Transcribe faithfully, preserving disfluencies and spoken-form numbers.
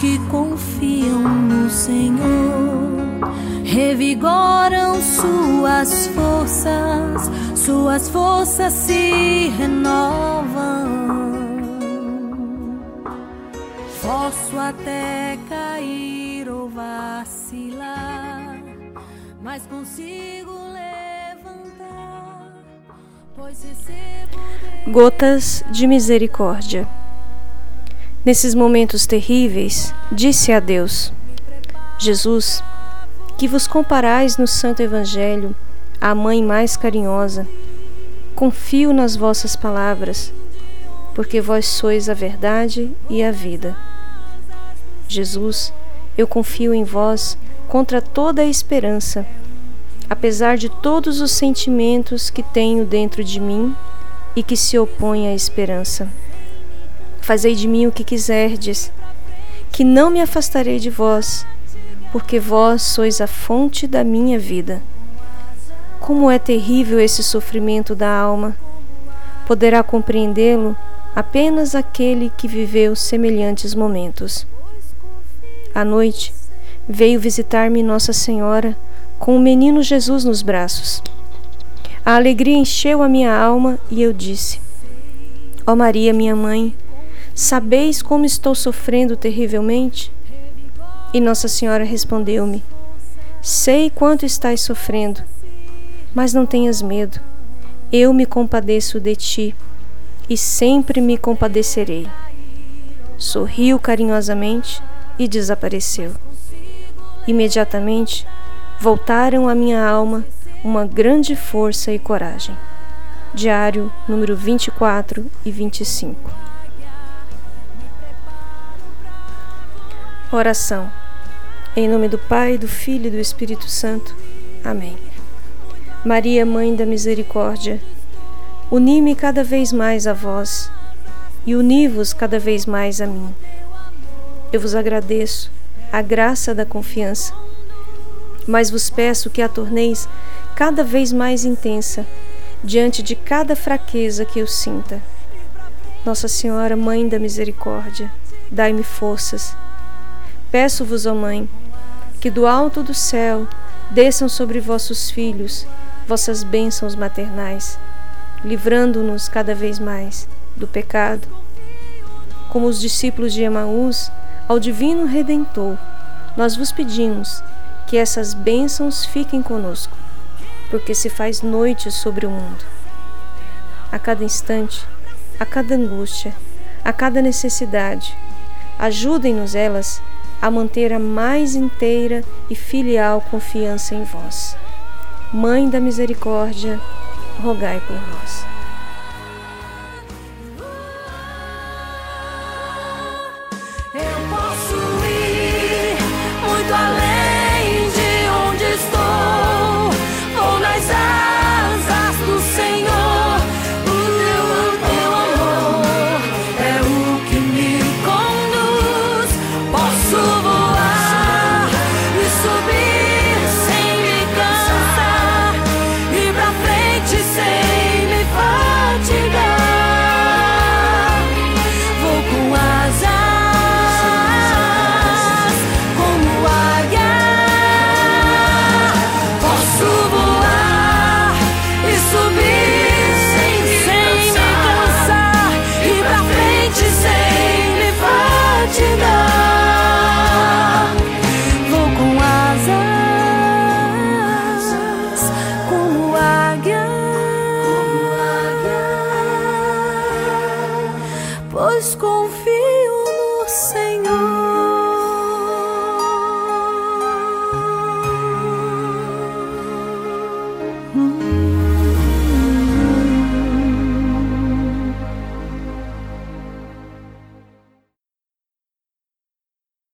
que confiam no Senhor revigoram suas forças, suas forças se renovam. Posso até cair ou vacilar, mas consigo levantar, pois recebo de... Gotas de misericórdia. Nesses momentos terríveis, disse a Deus: Jesus, que vos comparais no Santo Evangelho à mãe mais carinhosa, confio nas vossas palavras, porque vós sois a verdade e a vida. Jesus, eu confio em vós contra toda a esperança, apesar de todos os sentimentos que tenho dentro de mim e que se opõem à esperança. Fazei de mim o que quiserdes, que não me afastarei de vós, porque vós sois a fonte da minha vida. Como é terrível esse sofrimento da alma! Poderá compreendê-lo apenas aquele que viveu semelhantes momentos. À noite, veio visitar-me Nossa Senhora com o menino Jesus nos braços. A alegria encheu a minha alma e eu disse: ó Maria, minha mãe, sabeis como estou sofrendo terrivelmente? E Nossa Senhora respondeu-me: sei quanto estás sofrendo, mas não tenhas medo, eu me compadeço de ti e sempre me compadecerei. Sorriu carinhosamente e desapareceu. Imediatamente voltaram à minha alma uma grande força e coragem. Diário número vinte e quatro e vinte e cinco. Oração. Em nome do Pai, do Filho e do Espírito Santo. Amém. Maria, Mãe da Misericórdia, uni-me cada vez mais a vós e uni-vos cada vez mais a mim. Eu vos agradeço a graça da confiança, mas vos peço que a torneis cada vez mais intensa diante de cada fraqueza que eu sinta. Nossa Senhora, Mãe da Misericórdia, dai-me forças. Peço-vos, ó Mãe, que do alto do céu desçam sobre vossos filhos vossas bênçãos maternais, livrando-nos cada vez mais do pecado. Como os discípulos de Emaús, ao Divino Redentor, nós vos pedimos que essas bênçãos fiquem conosco, porque se faz noite sobre o mundo. A cada instante, a cada angústia, a cada necessidade, ajudem-nos elas a manter a mais inteira e filial confiança em vós. Mãe da Misericórdia, rogai por nós. Eu posso ir muito além de onde estou, vou nas asas do Senhor. O teu, teu amor é o que me conduz. Posso voar e subir sem me cansar, ir pra frente sem me fatigar. Vou com asas como águia. Posso voar e subir sem, sem me cansar, ir pra frente sem me fatigar. Vou com asas como águia, pois confio no Senhor.